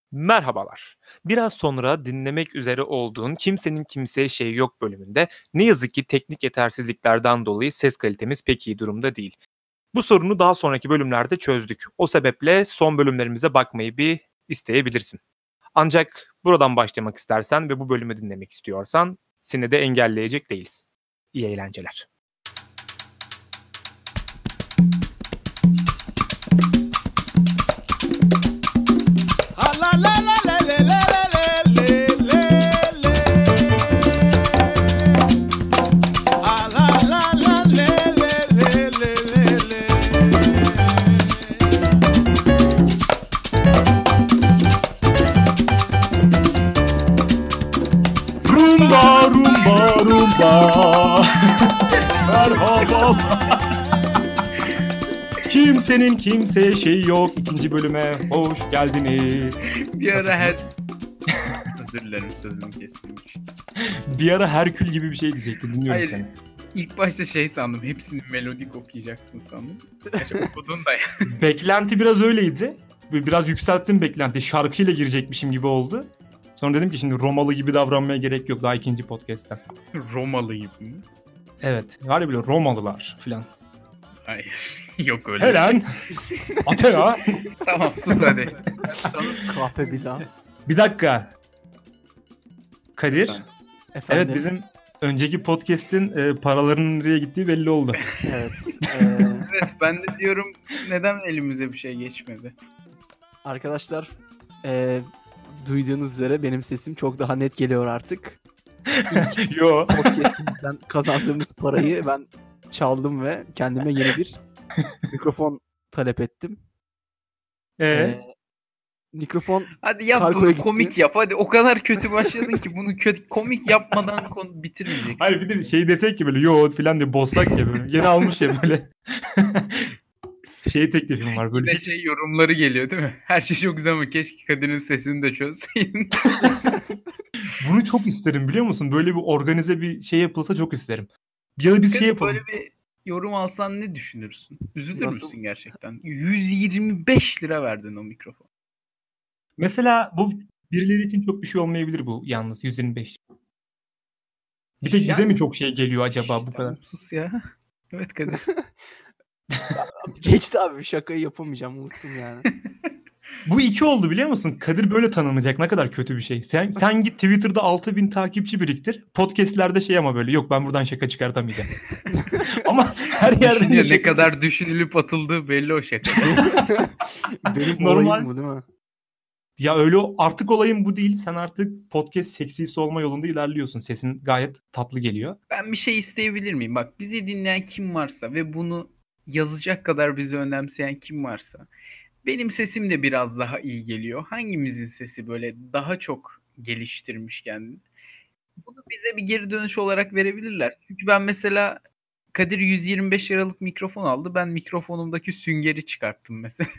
Merhabalar. Biraz sonra dinlemek üzere olduğun Kimsenin Kimseye Şeyi Yok bölümünde ne yazık ki teknik yetersizliklerden dolayı ses kalitemiz pek iyi durumda değil. Bu sorunu daha sonraki bölümlerde çözdük. O sebeple son bölümlerimize bakmayı bir isteyebilirsin. Ancak buradan başlamak istersen ve bu bölümü dinlemek istiyorsan seni de engelleyecek değiliz. İyi eğlenceler. Rumba rumba rumba. Merhaba. Kimsenin kimseye şeyi yok. İkinci bölüme hoş geldiniz. Bir ara Nasılsınız? Özür dilerim, sözünü kestim işte. Bir ara Herkül gibi bir şey diyecektin. Dinliyorum Hayır. seni. İlk başta sandım, hepsini melodik okuyacaksın sandım. Gerçi okudun da ya. Beklenti biraz öyleydi. Biraz yükselttim beklenti. Şarkıyla girecekmişim gibi oldu. Sonra dedim ki şimdi Romalı gibi davranmaya gerek yok daha ikinci podcast'ten. Romalı gibi mi? Evet. Var ya böyle Romalılar filan. Hayır, yok öyle. Helen. Athena. Tamam, sus hadi. Kahpe Bizans. Bir dakika. Kadir. Tamam. Efendim. Evet bizim önceki podcast'in paralarının nereye gittiği belli oldu. Evet. Evet, ben de diyorum neden elimize bir şey geçmedi? Arkadaşlar duyduğunuz üzere benim sesim çok daha net geliyor artık. Yo. Podcast'imizden kazandığımız parayı ben çaldım ve kendime yeni bir mikrofon talep ettim. Mikrofon Hadi yap Kargoya bunu, gitti. komik yap. Hadi, o kadar kötü başladın ki bunu kötü komik yapmadan konu bitirmeyeceksin. Hayır bir de şey desek ki böyle yo falan diye bozsak ya böyle. Yeni almış ya böyle. Teklifim var böyle. Bir de yorumları geliyor değil mi? Her şey çok güzel ama keşke Kadir'in sesini de çözseydin. Bunu çok isterim biliyor musun? Böyle bir organize bir şey yapılsa çok isterim. Ya da biz şey yapalım. Böyle bir yorum alsan ne düşünürsün? Üzülür Nasıl? müsün gerçekten? 125 lira verdin o mikrofon. Mesela bu birileri için çok bir şey olmayabilir bu yalnız 125. Bir tek bize mi çok şey geliyor acaba bu kadar? Sus ya. Evet Kadir. geçti abi, şakayı yapamayacağım, unuttum yani. Bu 2 oldu biliyor musun? Kadir böyle tanınacak. Ne kadar kötü bir şey. Sen git Twitter'da 6.000 takipçi biriktir. Podcast'lerde ama böyle. Yok ben buradan şaka çıkartamayacağım. Ama her yerden Düşünüyor, ne kadar düşünülüp atıldığı belli o şaka. Benim Normal. olayım bu değil mi? Ya öyle artık olayın bu değil. Sen artık podcast seksisi olma yolunda ilerliyorsun. Sesin gayet tatlı geliyor. Ben bir şey isteyebilir miyim? Bak, bizi dinleyen kim varsa ve bunu yazacak kadar bizi önemseyen kim varsa, benim sesim de biraz daha iyi geliyor. Hangimizin sesi böyle daha çok geliştirmiş kendini? Bunu bize bir geri dönüş olarak verebilirler. Çünkü ben mesela, Kadir 125 liralık mikrofon aldı. Ben mikrofonumdaki süngeri çıkarttım mesela.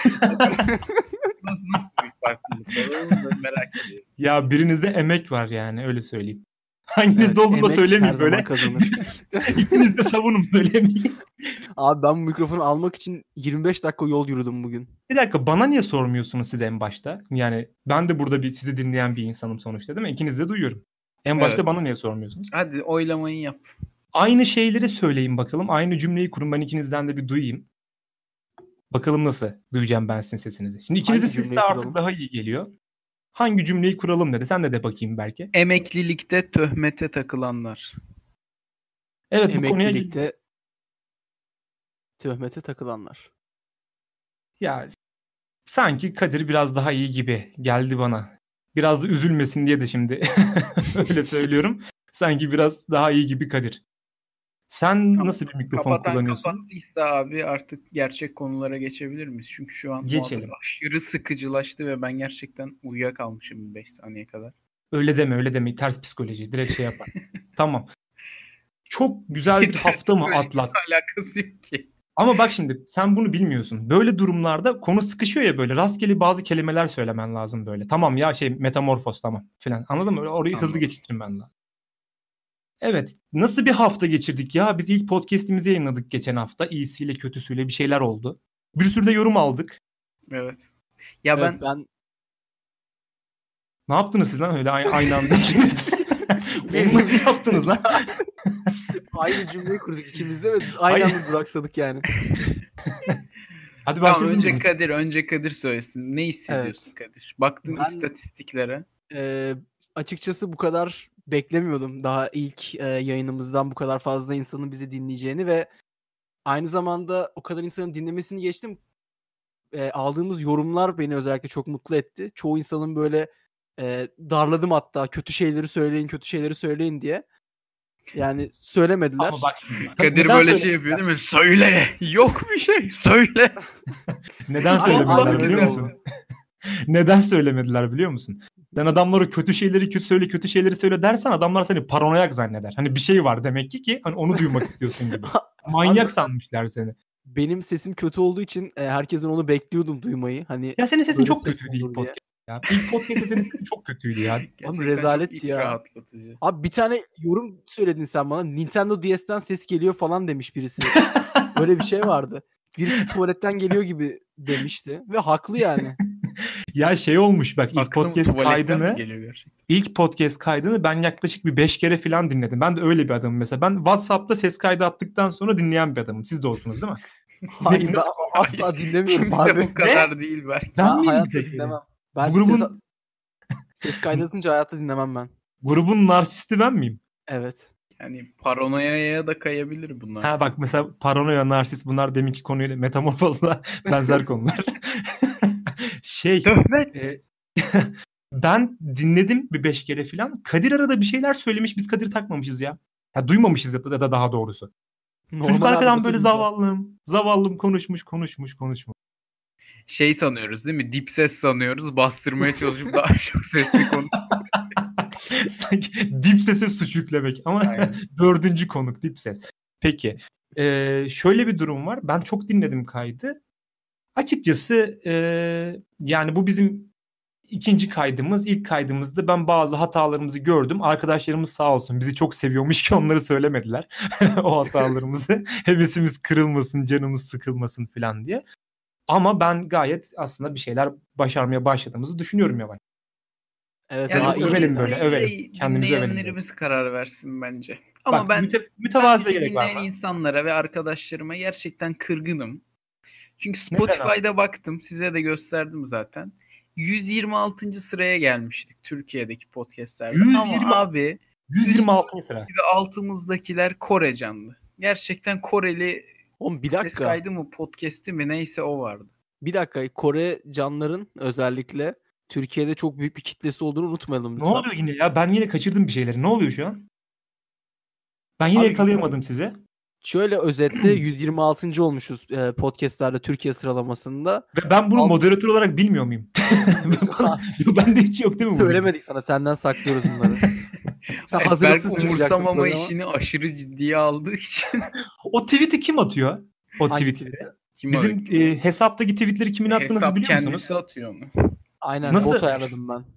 nasıl bir farklılık var? Onu da merak ediyorum. Ya birinizde emek var yani öyle söyleyeyim. Hanginizde Evet, olduğunu da emek söylemeyeyim her zaman böyle. kazanır. İkiniz de savunun böyle. Abi ben bu mikrofonu almak için 25 dakika yol yürüdüm bugün. Bir dakika bana niye sormuyorsunuz siz en başta? Yani ben de burada sizi dinleyen bir insanım sonuçta değil mi? İkiniz de duyuyorum. En başta Evet. bana niye sormuyorsunuz? Hadi oylamayı yap. Aynı şeyleri söyleyin bakalım. Aynı cümleyi kurun. Ben ikinizden de bir duyayım. Bakalım nasıl duyacağım ben sizin sesinizi. Şimdi ikinizin Hangi sesi de cümleyi artık kuralım? daha iyi geliyor. Hangi cümleyi kuralım dedi. Sen de bakayım belki. Emeklilikte töhmete takılanlar. Evet bu konuya Emeklilikte töhmete takılanlar. ya sanki Kadir biraz daha iyi gibi geldi bana. Biraz da üzülmesin diye de şimdi öyle söylüyorum. Sanki biraz daha iyi gibi Kadir. Sen Tamam. nasıl bir mikrofon Kapatan kullanıyorsun? kapattıysa abi artık gerçek konulara geçebilir miyiz? Çünkü şu an Geçelim. muhabbet aşırı sıkıcılaştı ve ben gerçekten uyuyakalmışım 5 saniye kadar. Öyle deme. Ters psikoloji. Direkt yapar. Tamam. Çok güzel bir hafta mı atlat? Alakası yok ki. Ama bak şimdi sen bunu bilmiyorsun. Böyle durumlarda konu sıkışıyor ya böyle. Rastgele bazı kelimeler söylemen lazım böyle. Tamam ya metamorfoz tamam filan. Anladın mı? Orayı hızlı Anladım. geçiştirmen lazım. Evet. Nasıl bir hafta geçirdik ya? Biz ilk podcast'imizi yayınladık geçen hafta. İyisiyle kötüsüyle bir şeyler oldu. Bir sürü de yorum aldık. Evet. Ya Evet, ben Ne yaptınız siz lan öyle aynı anda ikiniz? Onu nasıl yaptınız lan? Aynı cümleyi kurduk ikimiz de ve aynı anda duraksadık yani. Hadi Tamam, başlasın. önce Kadir söylesin. Ne hissediyorsun Kadir? Baktın Ben- istatistiklere. Açıkçası bu kadar beklemiyordum. Daha ilk yayınımızdan bu kadar fazla insanın bizi dinleyeceğini ve aynı zamanda o kadar insanın dinlemesini geçtim. Aldığımız yorumlar beni özellikle çok mutlu etti. Çoğu insanın böyle darladım hatta kötü şeyleri söyleyin diye. Yani söylemediler. Ama bak şimdi. Kadir Neden böyle söyle- şey yapıyor değil mi? Söyle. Yok bir şey. Söyle. Neden söylemediler Aynen biliyor öyle musun? oldu. Neden söylemediler biliyor musun? Sen adamlara kötü şeyleri söyle dersen adamlar seni paranoyak zanneder. Hani bir şey var demek ki hani onu duymak istiyorsun gibi. Manyak sanmışlar seni. Benim sesim kötü olduğu için herkesin onu bekliyordum duymayı. Hani Ya senin sesin böyle çok ses kötüydü olur ilk diye. podcast. Ya. İlk podcast'te senin sesin çok kötüydü ya. Gerçekten rezalet çok iç ya. rahatlatıcı. Abi bir tane yorum söyledin sen bana. Nintendo DS'den ses geliyor falan demiş birisi. Böyle bir şey vardı. Birisi tuvaletten geliyor gibi demişti. Ve haklı yani. Ya şey olmuş bak ilk Aklım podcast tuvaletten mi kaydını geliyor gerçekten? ilk podcast kaydını ben yaklaşık bir 5 kere falan dinledim. Ben de öyle bir adamım mesela. Ben WhatsApp'ta ses kaydı attıktan sonra dinleyen bir adamım. Siz de olsunuz değil mi? Hayır ben Nasıl- asla dinlemiyorum Kimse abi. bu kadar değil belki. Ben Ben miyim hayatta peki? dinlemem. Ben Bu grubun- ses kaydasınca hayatta dinlemem ben. Grubun narsisti ben miyim? Evet. Yani paranoyaya da kayabilir bunlar. Ha bak mesela paranoya, narsist bunlar deminki konuyla metamorfozla benzer konular. Töhmet. e, ben dinledim bir 5 kere falan. Kadir arada bir şeyler söylemiş. Biz Kadir takmamışız ya. Ya duymamışız ya da daha doğrusu. Normal Çocuk abi, arkadan nasıl böyle diyeceğim? zavallım konuşmuş. Şey sanıyoruz değil mi? Dip ses sanıyoruz. Bastırmaya çalışıp daha çok sesli konuş. Sanki dip sese suç yüklemek ama Aynen. 4. konuk dip ses. Peki şöyle bir durum var. Ben çok dinledim kaydı. Açıkçası yani bu bizim ikinci kaydımız. İlk kaydımızda ben bazı hatalarımızı gördüm. Arkadaşlarımız sağ olsun bizi çok seviyormuş ki onları söylemediler. O hatalarımızı. Hevesimiz kırılmasın, canımız sıkılmasın falan diye. Ama ben gayet aslında bir şeyler başarmaya başladığımızı düşünüyorum yavaş. Evet, Yani daha bu iyi övelim biz böyle, değil de övelim. Kendimizi övelim dinleyenlerimiz karar versin bence. Ama Bak, ben mütevaziye bizi gerek var dinleyen mı? insanlara ve arkadaşlarıma gerçekten kırgınım. Çünkü Neden abi? Spotify'da baktım. Size de gösterdim zaten. 126. sıraya gelmiştik Türkiye'deki podcastlerde. 120 Ama abi 126. sıra. ve altımızdakiler Kore canlı. Gerçekten Koreli Oğlum bir ses dakika. kaydı mı podcast'i mi neyse o vardı. Bir dakika. Kore canların özellikle Türkiye'de çok büyük bir kitlesi olduğunu unutmayalım Ne lütfen. oluyor yine ya? Ben yine kaçırdım bir şeyleri. Ne oluyor şu an? Ben yine Abi- yakalayamadım size. Şöyle özetle 126. olmuşuz podcastlerde Türkiye sıralamasında. Ve ben bunu Alt- moderatör olarak bilmiyor muyum? Bende hiç yok değil mi bu? Söylemedik sana. Senden saklıyoruz bunları. Sen Berk hazırlıksız çıkacaksın umursamama programa. işini aşırı ciddiye aldığı için. O tweet'i kim atıyor? O Hangi tweet'i. tweet'i? Kim Bizim hesaptaki tweetleri kimin attığını siz hesap biliyor kendisi musunuz? atıyor onu. Aynen Nasıl- bot ayarladım ben.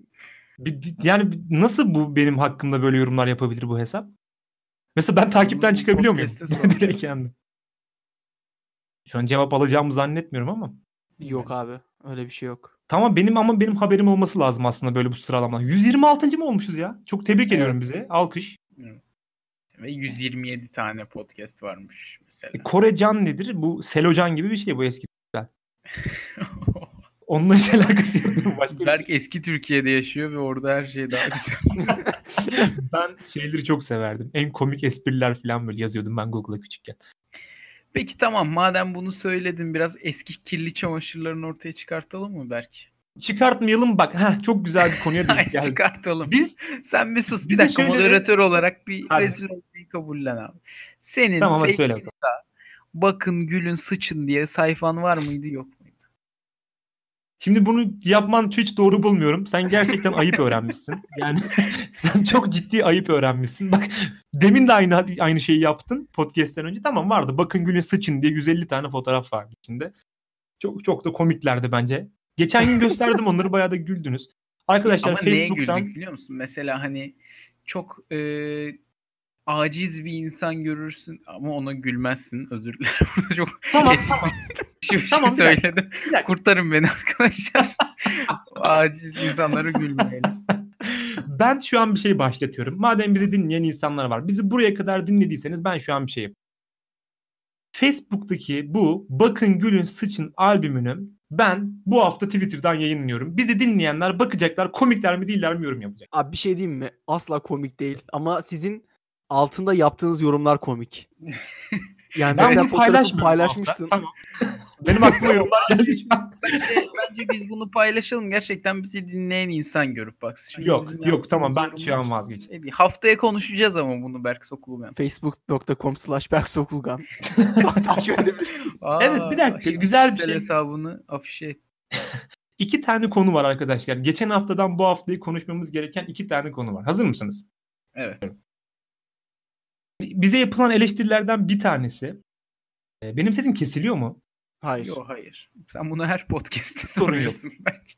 Yani nasıl bu benim hakkımda böyle yorumlar yapabilir bu hesap? Mesela ben takipten bunu çıkabiliyor muyum? podcast'te soracağız. Direkt yani. Şu an cevap alacağımı zannetmiyorum ama. Yok abi. Öyle bir şey yok. Tamam benim haberim olması lazım aslında böyle bu sıralama. 126. mı olmuşuz ya? Çok tebrik ediyorum bize. Alkış. Ve 127 tane podcast varmış mesela. Kore Can nedir? Bu Selocan gibi bir şey bu eski. Onunla hiç alakası yok değil mi? Başka bir Berk eski Türkiye'de yaşıyor ve orada her şey daha güzel. Ben şeyleri çok severdim. En komik espriler falan böyle yazıyordum ben Google'a küçükken. Peki tamam, madem bunu söyledin, biraz eski kirli çamaşırlarını ortaya çıkartalım mı Berk? Çıkartmayalım bak. Çok güzel bir konuya Hayır, denk geldi. çıkartalım. Biz Sen bir sus. Bir bize dakika, şöyle de- moderatör olarak bir Hadi. rezil olmayı kabullen abi. Senin Tamam, hadi söyle Facebook'ta bakın gülün sıçın diye sayfan var mıydı yok muydu? şimdi bunu yapman hiç doğru bulmuyorum. Sen gerçekten ayıp öğrenmişsin. Yani sen çok ciddi ayıp öğrenmişsin. Bak demin de aynı şeyi yaptın podcast'ten önce. Tamam vardı. Bakın gülün sıçın diye 150 tane fotoğraf vardı içinde. Çok da komiklerdi bence. Geçen gün gösterdim onları, bayağı da güldünüz. Arkadaşlar Ama neye Facebook'tan güldük biliyor musun? Mesela hani çok aciz bir insan görürsün ama ona gülmezsin. Özür dilerim. Burada çok tamam. Şu şey Tamam, bir dakika. söyledim. Bir dakika. Kurtarın beni arkadaşlar. Aciz insanlara gülmeyelim. Ben şu an bir şey başlatıyorum. Madem bizi dinleyen insanlar var. Bizi buraya kadar dinlediyseniz ben şu an bir şey yapayım. Facebook'taki bu Bakın Gülün Sıçın albümünü ben bu hafta Twitter'dan yayınlıyorum. Bizi dinleyenler bakacaklar, komikler mi değiller mi yorum yapacak. Abi bir şey diyeyim mi? Asla komik değil. Ama sizin altında yaptığınız yorumlar komik. Yani Ben mesela bunu fotoğrafı paylaşmıyorum bu paylaşmışsın. hafta. Tamam. Benim aklıma yorumlar geldi şu an. Bence biz bunu paylaşalım. Gerçekten bizi dinleyen insan görüp baksın. Şimdi Yok bizim yok tamam, ben yaptığımız şu an yorumlar- vazgeçtim. Haftaya konuşacağız ama bunu Berk Sokulgan. Facebook.com/Berksokulgan. Takip edebilirsiniz. Evet, bir dakika, aşırı güzel bir kişisel şey. hesabını afişe et. 2 tane konu var arkadaşlar. Geçen haftadan bu haftayı konuşmamız gereken 2 tane konu var. Hazır mısınız? Evet. Bize yapılan eleştirilerden bir tanesi. Benim sesim kesiliyor mu? Hayır. Yok hayır. Sen bunu her podcast'te Sorun yok. soruyorsun belki.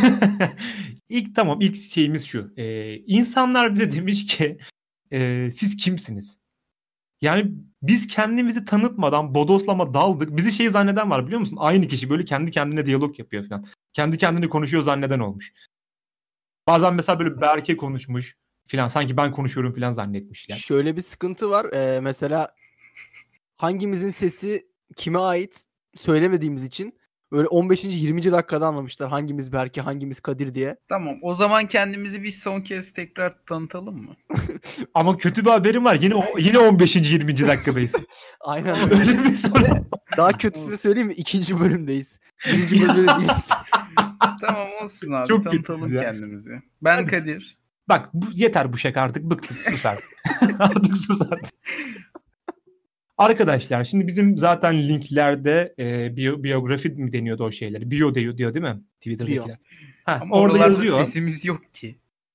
İlk şeyimiz şu. İnsanlar bize demiş ki siz kimsiniz? Yani biz kendimizi tanıtmadan bodoslama daldık. Bizi şey zanneden var, biliyor musun? Aynı kişi böyle kendi kendine diyalog yapıyor falan. Kendi kendine konuşuyor zanneden olmuş. Bazen mesela böyle Berke konuşmuş falan. Sanki ben konuşuyorum falan zannetmişler. Şöyle bir sıkıntı var. Mesela hangimizin sesi kime ait söylemediğimiz için böyle 15. 20. dakikada anlamışlar hangimiz Berke, hangimiz Kadir diye. Tamam. O zaman kendimizi bir son kez tekrar tanıtalım mı? Ama kötü bir haberim var. Yine 15. 20. dakikadayız. Aynen. Öyle bir soru. Daha kötüsünü söyleyeyim mi? 2. bölümdeyiz. 1. bölümde de değiliz. Tamam olsun abi. Çok Tanıtalım kötüyüz ya. kendimizi. Ben Hadi. Kadir. Bak yeter bu şaka artık. Bıktık, sus artık. Artık sus artık. Arkadaşlar şimdi bizim zaten linklerde biyografi mi deniyordu o şeyleri? Bio diyor değil mi? Twitter'dakiler. Ama Orada oralarda yazıyor. sesimiz yok ki.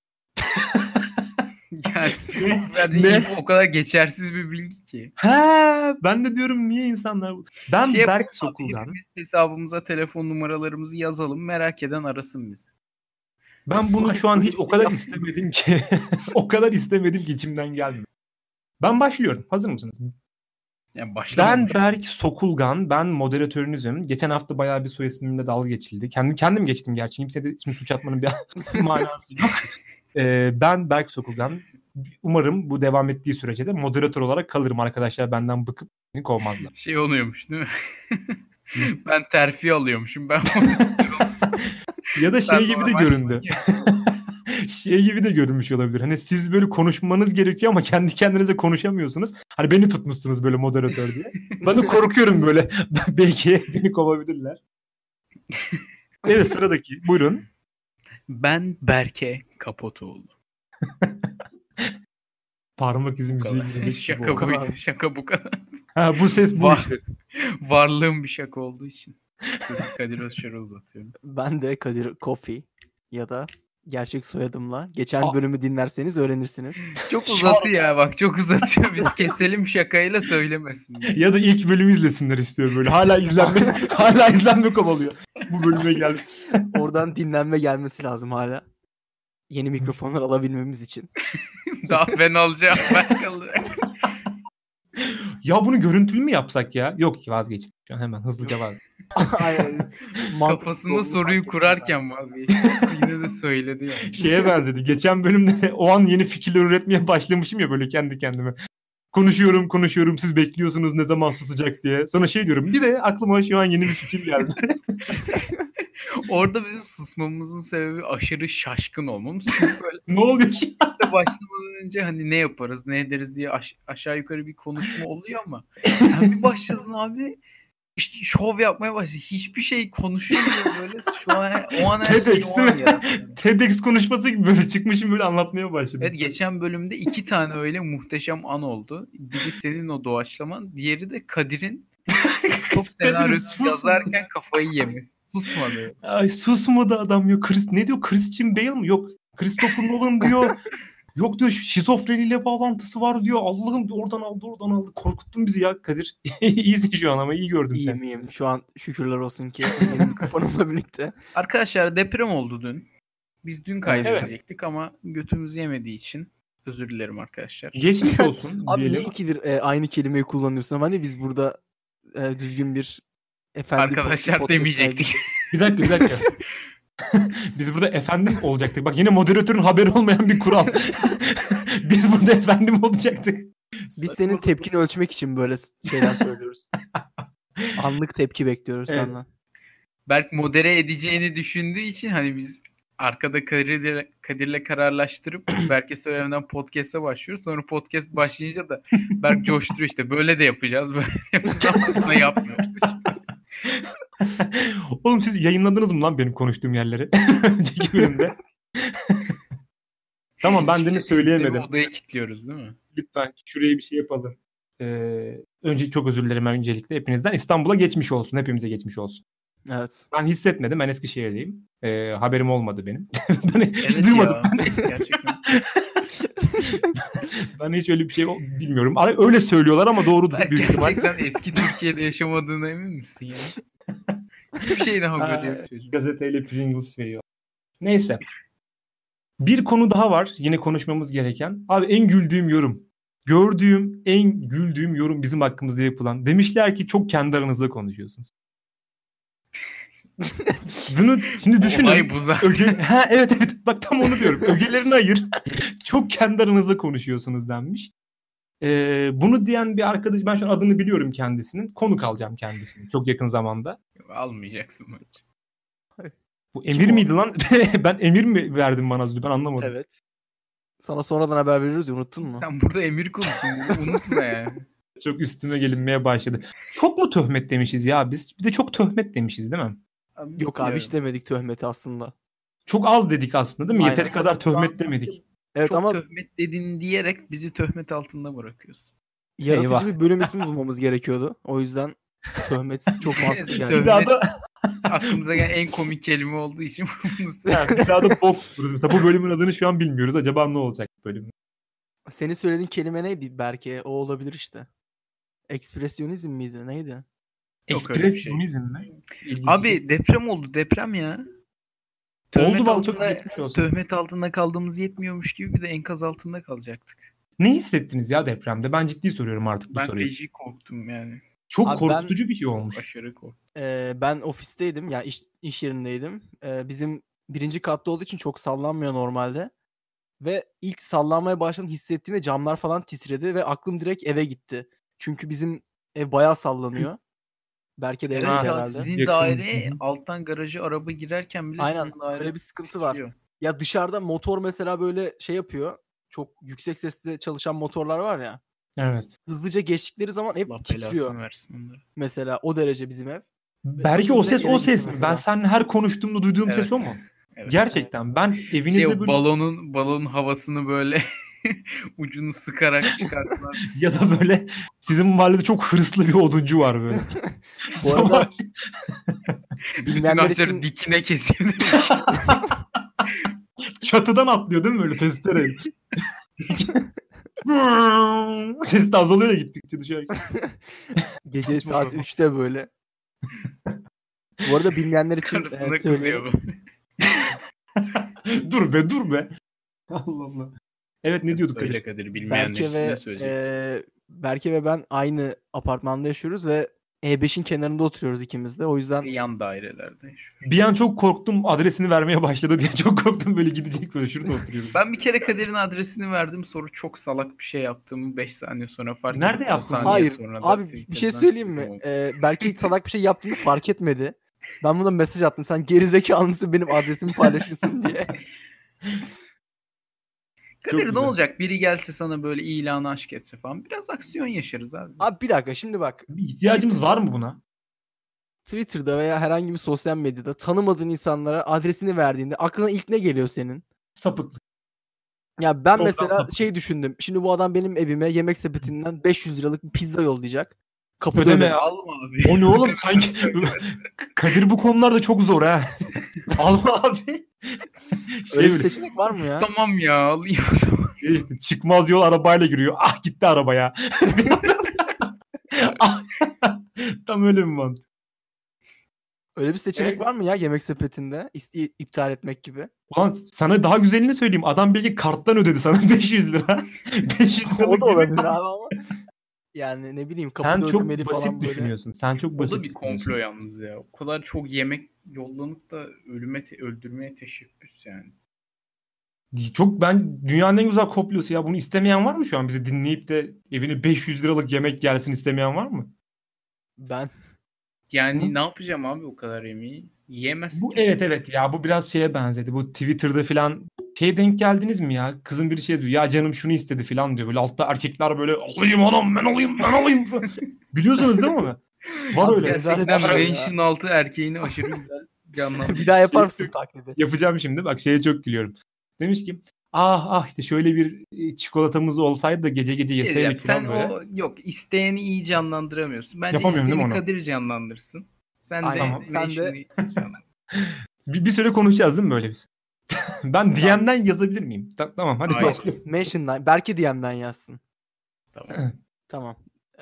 Yani verdiğin Ne? info o kadar geçersiz bir bilgi ki. He, ben de diyorum niye insanlar bu? Ben Şey yapalım Berk abi, Sokulgan. hepimiz hesabımıza telefon numaralarımızı yazalım. Merak eden arasın bizi. Ben bunu şu an hiç o kadar istemedim ki. O kadar istemedim ki içimden gelmiyor. Ben başlıyorum. Hazır mısınız? Yani Ben başlamamış. Berk Sokulgan. Ben moderatörünüzüm. Geçen hafta bayağı bir soy ismimle dalga geçildi. Kendim geçtim gerçi. Kimse de şimdi suç atmanın bir manası yok. Ben Berk Sokulgan. Umarım bu devam ettiği sürece de moderatör olarak kalırım arkadaşlar. Benden bıkıp beni kovmazlar. Şey oluyormuş değil mi? Ben terfi alıyormuşum. Ben Ya da Sen şey gibi de normal göründü. Şey gibi de görünmüş olabilir. Hani siz böyle konuşmanız gerekiyor ama kendi kendinize konuşamıyorsunuz. Hani beni tutmuşsunuz böyle moderatör diye. Ben de korkuyorum böyle. Belki beni kovabilirler. Evet, sıradaki. Buyurun. Ben Berke Kapotoğlu. Parmak izi Bu müziği kadar. girecek Şaka gibi oldu. buydu. Şaka bu kadar. Ha, bu ses bu Var. işte. Varlığım bir şaka olduğu için. Kadir Özçar'ı uzatıyorum. Ben de Kadir Kofi ya da gerçek soyadımla. Geçen Aa. bölümü dinlerseniz öğrenirsiniz. Çok uzatıyor ya bak, çok uzatıyor. Biz keselim şakayla söylemesin. Ya da ilk bölümü izlesinler istiyor böyle. Hala izlenme kovalıyor. Bu bölüme geldi. Oradan dinlenme gelmesi lazım hala. Yeni mikrofonlar alabilmemiz için. Daha ben alacağım. Ben kalacağım. Ya bunu görüntülü mü yapsak ya? Yok ki, vazgeçtim. Şu an hemen hızlıca vazgeçtim. Aynen. Kafasında soruyu kurarken vazgeçti. Yine de söyledi yani. Şeye benzedi. Geçen bölümde de o an yeni fikirler üretmeye başlamışım ya böyle kendi kendime. Konuşuyorum siz bekliyorsunuz ne zaman susacak diye. Sonra şey diyorum, bir de aklıma şu an yeni bir fikir geldi. Orada bizim susmamızın sebebi aşırı şaşkın olmamız. Çünkü böyle Ne oluyor şu an? başlamadan önce hani ne yaparız, ne ederiz diye aşağı yukarı bir konuşma oluyor ama sen bir başladın abi, şov yapmaya başladın. Hiçbir şey konuşulmuyor böyle. Şu an o an her şey TEDx o değil an mi? yarattı. TEDx konuşması gibi böyle çıkmışım, böyle anlatmaya başladım. Evet, geçen bölümde 2 tane öyle muhteşem an oldu. Biri senin o doğaçlaman, diğeri de Kadir'in çok senaryosu susma. yazarken kafayı yemesi. Susmadı. Ay susmadı adam ya. Ne diyor? Christian Bale mi? Yok. Christopher Nolan diyor. Yok diyor, şizofreniyle bağlantısı var diyor. Allah'ım oradan aldı. Korkuttun bizi ya Kadir. İyisin şu an ama iyi gördüm seni. İyiyim. Şu an şükürler olsun ki yeni mikrofonumla birlikte. Arkadaşlar deprem oldu dün. Biz dün kaydedecektik ama götümüz yemediği için özür dilerim arkadaşlar. Geçmiş olsun Abi diyelim. niye ikidir aynı kelimeyi kullanıyorsun? Hani biz burada düzgün bir Efendi Arkadaşlar podcast demeyecektik. kaydı. Bir dakika. Biz burada efendim olacaktık. Bak yine moderatörün haberi olmayan bir kural. Biz burada efendim olacaktık. Biz senin tepkini ölçmek için böyle şeyler söylüyoruz. Anlık tepki bekliyoruz Evet. senden. Berk modere edeceğini düşündüğü için hani biz arkada Kadir'le kararlaştırıp Berk'e söylemeden podcast'a başlıyoruz. Sonra podcast başlayınca da Berk coşturuyor işte. Böyle de yapacağız. Böyle de yapacağız. Aslında yapmıyoruz. Oğlum siz yayınladınız mı lan benim konuştuğum yerleri? Önceki bölümde. Tamam ben demin söyleyemedim. Odaya kilitliyoruz değil mi? Lütfen şuraya bir şey yapalım. Önce çok özür dilerim öncelikle hepinizden. İstanbul'a geçmiş olsun. Hepimize geçmiş olsun. Evet. Ben hissetmedim. Ben Eskişehir'deyim. Haberim olmadı benim. Ben hiç Evet duymadım. ya, gerçekten. Ben hiç öyle bir şey bilmiyorum. Öyle söylüyorlar ama doğrudur Berk büyük ihtimal. gerçekten eski Türkiye'de yaşamadığına emin misin ya? Hiçbir şeyden haberi yok çocuk. Gazeteyle Pringles veriyor. Neyse. Bir konu daha var yine konuşmamız gereken. Abi en güldüğüm yorum. Gördüğüm en güldüğüm yorum bizim hakkımızda yapılan. Demişler ki çok kendi aranızda konuşuyorsunuz. Bunu şimdi düşünün. Olay bu zaten. Evet bak tam onu diyorum. Ögelerini ayır. Çok kendi aranızda konuşuyorsunuz denmiş. Bunu diyen bir arkadaş, ben şu an adını biliyorum kendisinin. Konuk alacağım kendisini çok yakın zamanda. Almayacaksın bence. Bu Emir miydi lan? Ben Emir mi verdim bana az önce? Ben anlamadım. Evet. Sana sonradan haber veriyoruz ya, unuttun mu? Sen burada emir konusun. Unutma yani. Çok üstüme gelinmeye başladı. Çok mu töhmet demişiz ya biz? Bir de çok töhmet demişiz değil mi? Yok abi hiç demedik töhmeti aslında. Çok az dedik aslında değil mi? Aynen. Yeteri kadar töhmet demedik. Evet Çok ama töhmet dedin diyerek bizi töhmet altında bırakıyorsun. yaratıcı Eyvah. bir bölüm ismi bulmamız gerekiyordu. O yüzden töhmet çok mantıklı geldi. Töhmet- Bir daha da Aklımıza gelen en komik kelime olduğu için bunu bir daha da bok buluruz. Mesela bu bölümün adını şu an bilmiyoruz. Acaba ne olacak bu bölüm? Senin söylediğin kelime neydi Berke? O olabilir işte. Ekspresyonizm miydi? Neydi? Yok öyle bir şey. Ekspresyonizm mi? İlginç. Abi deprem oldu. Deprem ya. Oldu vallahi, çok altında, geçmiş olsun. töhmet altında kaldığımız yetmiyormuş gibi bir de enkaz altında kalacaktık. Ne hissettiniz ya depremde? Ben ciddi soruyorum artık bu Ben soruyu. feci korktum yani. Çok Abi korkutucu bir şey olmuş. Aşırı korktum. Ben ofisteydim. Yani iş yerindeydim. Bizim birinci katta olduğu için çok sallanmıyor normalde. Ve ilk sallanmaya başladığını hissettiğimde camlar falan titredi ve aklım direkt eve gitti. Çünkü bizim ev bayağı sallanıyor. Berke de Evet evet Ha, ya, herhalde. sizin Yakın. daireye Hı hı. alttan garaja araba girerken bile Aynen, sizin daire öyle bir sıkıntı var. titriyor. Ya dışarıda motor mesela böyle şey yapıyor. Çok yüksek sesle çalışan motorlar var ya. Evet. Hızlıca geçtikleri zaman hep Allah titriyor. belasını versin onları. Mesela o derece bizim ev. Belki o ses Direkt eve o ses gitti mi? mesela. Ben seninle her konuştuğumda duyduğum Evet. ses o mu? Evet. Gerçekten ben evinizde Şey, o böyle balonun havasını böyle ucunu sıkarak çıkarttılar. ya da böyle sizin mahallede çok hırslı bir oduncu var böyle. Bu arada Sabah- Bütün bilmeyenler ağaçları için dikine kesiyor. çatıdan atlıyor değil mi böyle testere? Ses de azalıyor ya gittikçe dışarı. gece Saçma saat sapan. 3'te böyle. Bu arada bilmeyenler için Karısına söyleyeyim. kızıyor böyle. dur be. Allah Allah. Evet ne diyorduk Söyle Kadir? Kadir, bilmeyenler Berke için ve ne söyleyeceksin? Berke ve ben aynı apartmanda yaşıyoruz ve E5'in kenarında oturuyoruz ikimiz de. O yüzden Yan dairelerde yaşıyor. Bir an çok korktum adresini vermeye başladı diye çok korktum böyle gidecek böyle şurada oturuyorum. Ben bir kere Kadir'in adresini verdim, sonra çok salak bir şey yaptığımı 5 saniye sonra fark ettim. Nerede On yaptın? saniye hayır sonra da abi bir şey Twitter'dan söyleyeyim mi? çıktım. Berke hiç salak bir şey yaptığını fark etmedi. Ben buna mesaj attım. Sen gerizekalı mısın benim adresimi paylaşıyorsun diye. Kadir ne güzel. olacak? Biri gelse sana böyle ilanı aşk etse falan. Biraz aksiyon yaşarız abi. Abi bir dakika şimdi bak. Bir ihtiyacımız var mı buna? Twitter'da veya herhangi bir sosyal medyada tanımadığın insanlara adresini verdiğinde aklına ilk ne geliyor senin? Sapıklık. Ya ben Doğrudan mesela sapık. şey düşündüm. Şimdi bu adam benim evime yemek sepetinden 500 liralık bir pizza yollayacak. Kapıda Ödeme ödeme. ya. Alma abi. O ne oğlum sanki Kadir bu konularda çok zor ha. Alma abi. Öyle bir böyle, seçenek var mı ya? Tamam ya, alayım o zaman. işte, çıkmaz yol arabayla giriyor. Ah gitti arabaya. Ah, tam öyle mi mantık? Öyle bir seçenek Evet. var mı ya yemek sepetinde? İptal etmek gibi. Ulan sana daha güzelini söyleyeyim. Adam belki karttan ödedi sana 500 lira. 500 lira. O da olabilir abi ama. Yani ne bileyim Sen kapıda çok ödemeli basit falan böyle. düşünüyorsun. Sen çok O basit da bir düşünüyorsun. komplo yalnız ya. O kadar çok yemek yollanıp da öldürmeye teşebbüs yani. Ben dünyanın en güzel komplosu ya. Bunu istemeyen var mı şu an? Bizi dinleyip de evine 500 liralık yemek gelsin istemeyen var mı? Ben Yani Nasıl? ne yapacağım abi o kadar yemeği? Yiyemezsin Bu ki. evet ya, bu biraz şeye benzedi. Bu Twitter'da falan denk geldiniz mi ya? Kızın biri şey diyor. Ya canım şunu istedi falan diyor. Böyle altta erkekler böyle alayım anam ben alayım falan. Biliyorsunuz değil mi onu? Var Abi öyle. rezalet Gerçekten bir şey ya. Mansion altı erkeğini aşırı güzel canlandırıyor. bir daha yapar mısın taklidi? Yapacağım şimdi. Bak şeye çok gülüyorum. Demiş ki işte şöyle bir çikolatamız olsaydı da gece gece Şey diyeceğim, yeseydik sen falan böyle. o yok isteyeni iyi canlandıramıyorsun. Bence Yapamıyorum değil mi isteyeni onu? Kadir canlandırsın. Sen Aynen. de Sen de Mansion'ı canlandır. Bir süre konuşacağız değil mi böyle biz? Ben Tamam. DM'den yazabilir miyim? Tamam hadi Hayır. başlayalım. Mention'dan belki DM'den yazsın. Tamam. Tamam.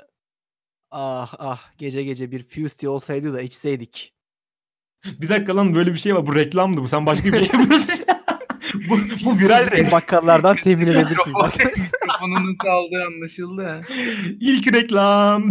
Gece gece bir Fusti olsaydı da içseydik. Bir dakika lan, böyle bir şey var. Bu reklamdı bu. Sen başka bir şey yapıyorsun. bu viral Bütün reklam. bakkallardan temin edebilirsiniz Mikrofon- arkadaşlar. Mikrofonu nasıl aldığı anlaşıldı ha. İlk reklam.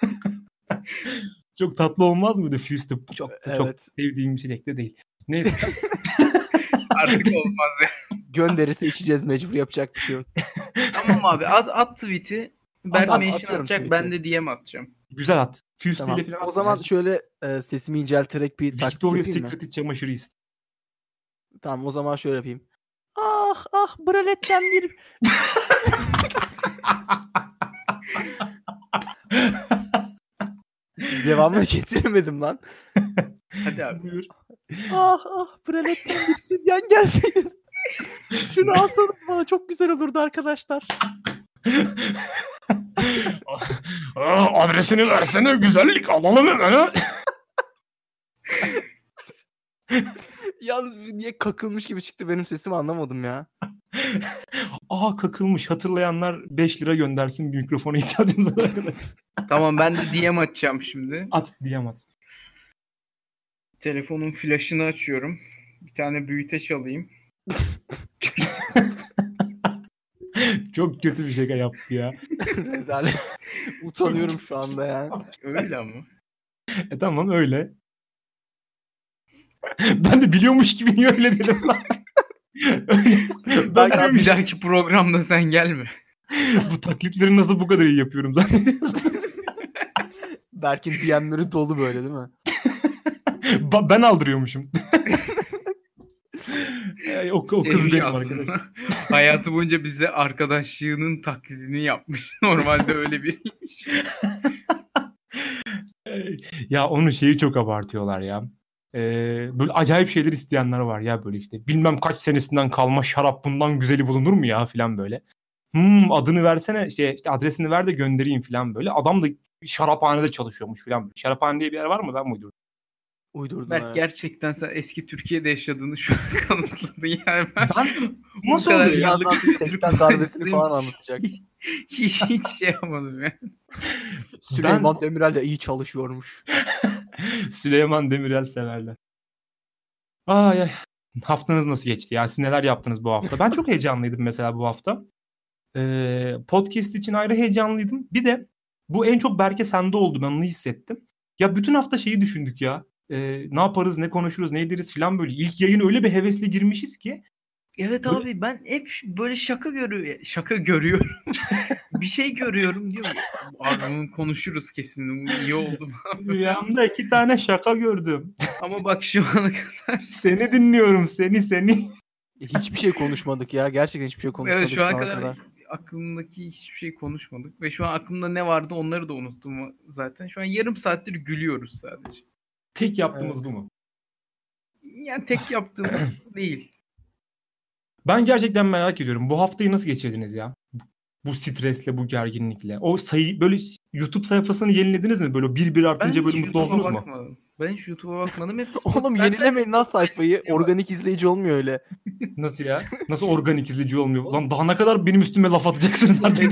Çok tatlı olmaz mıydı Füste? Çok Evet. sevdiğim bir içecek de değil. Neyse. Artık olmaz ya. Gönderirse içeceğiz mecbur, yapacak bir şey yok. Tamam abi at tweet'i. Berk At, mention atıyorum atacak, tweet'i. ben de DM atacağım. Güzel at. Füste Tamam. ile falan. O zaman şöyle sesimi incelterek bir taklit Victoria's yapayım mı? Secret iç çamaşırı iste. Tamam, o zaman şöyle yapayım. Braletten bir... Devamını getiremedim lan. Hadi abi. Buyur. Braletten bir sütyen gelseydi. Şunu alsanız bana, çok güzel olurdu arkadaşlar. Adresini versene, güzellik alalım hemen. Yalnız niye kakılmış gibi çıktı benim sesim, anlamadım ya. Kakılmış. Hatırlayanlar 5 lira göndersin, bir mikrofona ihtiyacımız var arkadaşlar. Tamam, ben de DM atacağım şimdi. At diyemez. Telefonun flaşını açıyorum. Bir tane büyüteç alayım. Çok kötü bir şaka yaptı ya. Rezalet. Utanıyorum şu anda ya. Öyle ama. Tamam öyle. Ben de biliyormuş gibi niye öyle dedim lan. Ben Ya diyorum bir işte, dahaki programda sen gelme. bu taklitleri nasıl bu kadar iyi yapıyorum zannediyorsunuz? Berk'in DM'leri dolu böyle değil mi? Ben aldırıyormuşum. O kız Şeymiş benim aslında. arkadaşım. Hayatı boyunca bize arkadaşlığının taklidini yapmış. Normalde öyle biriymiş. Ya onun şeyi çok abartıyorlar ya. Böyle acayip şeyler isteyenler var ya, böyle işte. Bilmem kaç senesinden kalma şarap bundan güzeli bulunur mu ya filan böyle. Adını versene, işte adresini ver de göndereyim filan böyle. Adam da şaraphanede çalışıyormuş filan. Şaraphane diye bir yer var mı, ben mi uydurdum? Uydurdun, Berk, evet. Gerçekten sen eski Türkiye'de yaşadığını şu an kanıtladın yani. Ben Bu nasıl kadar oluyor ya? yıllık Birazdan bir 80 Türk darbesini polisiyim. falan anlatacak. Hiç şey yapamadım ya. Süleyman Demirel de iyi çalışıyormuş. Süleyman Demirel severler. Ay. Haftanız nasıl geçti ya? Siz neler yaptınız bu hafta? Ben çok heyecanlıydım mesela bu hafta. Podcast için ayrı heyecanlıydım. Bir de bu en çok Berke sende oldu. Ben onu hissettim. Ya bütün hafta şeyi düşündük ya. Ne yaparız, ne konuşuruz, ne ederiz falan böyle. İlk yayın öyle bir hevesle girmişiz ki. Evet Böyle- abi, ben hep böyle şaka görüyorum. Bir şey görüyorum diyorum. Abi bunu konuşuruz kesin. Bu iyi oldu. Rüyamda 2 tane şaka gördüm. Ama bak şu ana kadar. Seni dinliyorum, seni. Hiçbir şey konuşmadık ya. Gerçekten hiçbir şey konuşmadık Evet, şu ana şu ana kadar kadar. aklımdaki hiçbir şey konuşmadık. Ve şu an aklımda ne vardı onları da unuttum zaten. Şu an yarım saattir gülüyoruz sadece. Tek yaptığımız bu mu? Yani tek yaptığımız değil. Ben gerçekten merak ediyorum. Bu haftayı nasıl geçirdiniz ya? Bu stresle, bu gerginlikle. O sayı böyle YouTube sayfasını yenilediniz mi? Böyle bir artınca böyle hiç mutlu YouTube'a oldunuz mu? bakmadım. Ben hiç YouTube'a bakmadım. Hep Oğlum Ben yenilemeyin lan sadece sayfayı. Spotify'a Organik izleyici olmuyor öyle. Nasıl ya? Nasıl organik izleyici olmuyor? Lan daha ne kadar benim üstüme laf atacaksınız artık?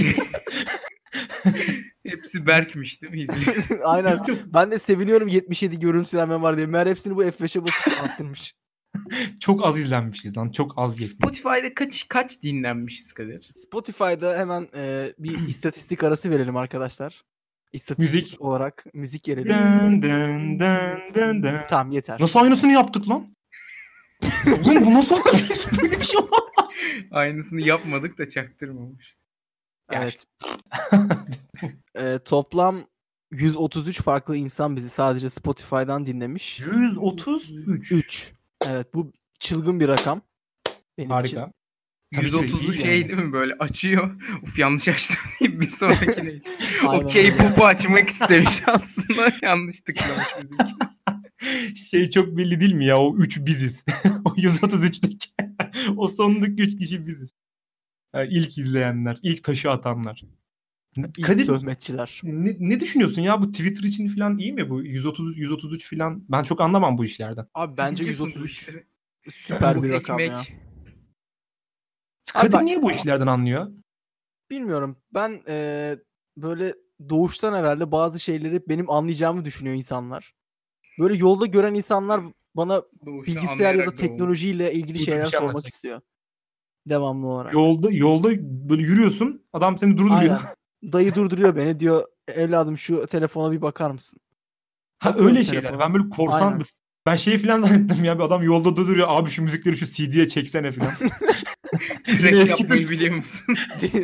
Hepsi Berk'miş değil mi? İzleyen? Aynen. Ben de seviniyorum 77 görüntülenme var diye. Meğer hepsini bu F5'e basıp arttırmış. Çok az izlenmişiz lan. Çok az geçmiş. Spotify'da kaç dinlenmişiz Kadir? Spotify'da hemen bir istatistik arası verelim arkadaşlar. İstatistik Müzik. olarak müzik verelim. Dın dın dın dın dın. Tamam yeter. Nasıl aynısını yaptık lan? Oğlum bu nasıl böyle bir şey olamaz. Aynısını yapmadık da çaktırmamış. Evet. Toplam 133 farklı insan bizi sadece Spotify'dan dinlemiş. 133. 3. Evet, bu çılgın bir rakam. Benim için. Harika. Tabii ki de 130'lu iyi şey yani. değil mi böyle açıyor. Uf yanlış açtım deyip bir sonrakine. O Aynen K-pop'u açmak istemiş aslında. Yanlış tıklamış müzik. Şey çok belli değil mi ya? O 3 biziz. O 133'teki. O sondaki 3 kişi biziz. Yani ilk izleyenler, ilk taşı atanlar. İlk Kadir töhmetçiler. ne düşünüyorsun ya bu Twitter için falan iyi mi bu 133 falan? Ben çok anlamam bu işlerden. Abi bence Biliyorsun bu 133 işleri. süper Bu bir rakam ekmek. ya. Kadir bak- niye bu işlerden anlıyor? Bilmiyorum. Ben böyle doğuştan herhalde bazı şeyleri benim anlayacağımı düşünüyor insanlar. Böyle yolda gören insanlar bana Doğuştan bilgisayar ya da anlayarak doğmuş. teknolojiyle ilgili Dur, bir şeyler şey sormak anlatacak. istiyor. Devamlı olarak. Yolda böyle yürüyorsun. Adam seni durduruyor. Aynen. Dayı durduruyor beni, diyor evladım şu telefona bir bakar mısın? Ha Bakıyorum öyle şeyler. telefona. Ben böyle korsan Aynen. ben şeyi falan zannettim ya. Bir adam yolda durduruyor. Abi şu müzikleri şu CD'ye çeksene falan. Yine Crack eski yapmayı tür- biliyor musun?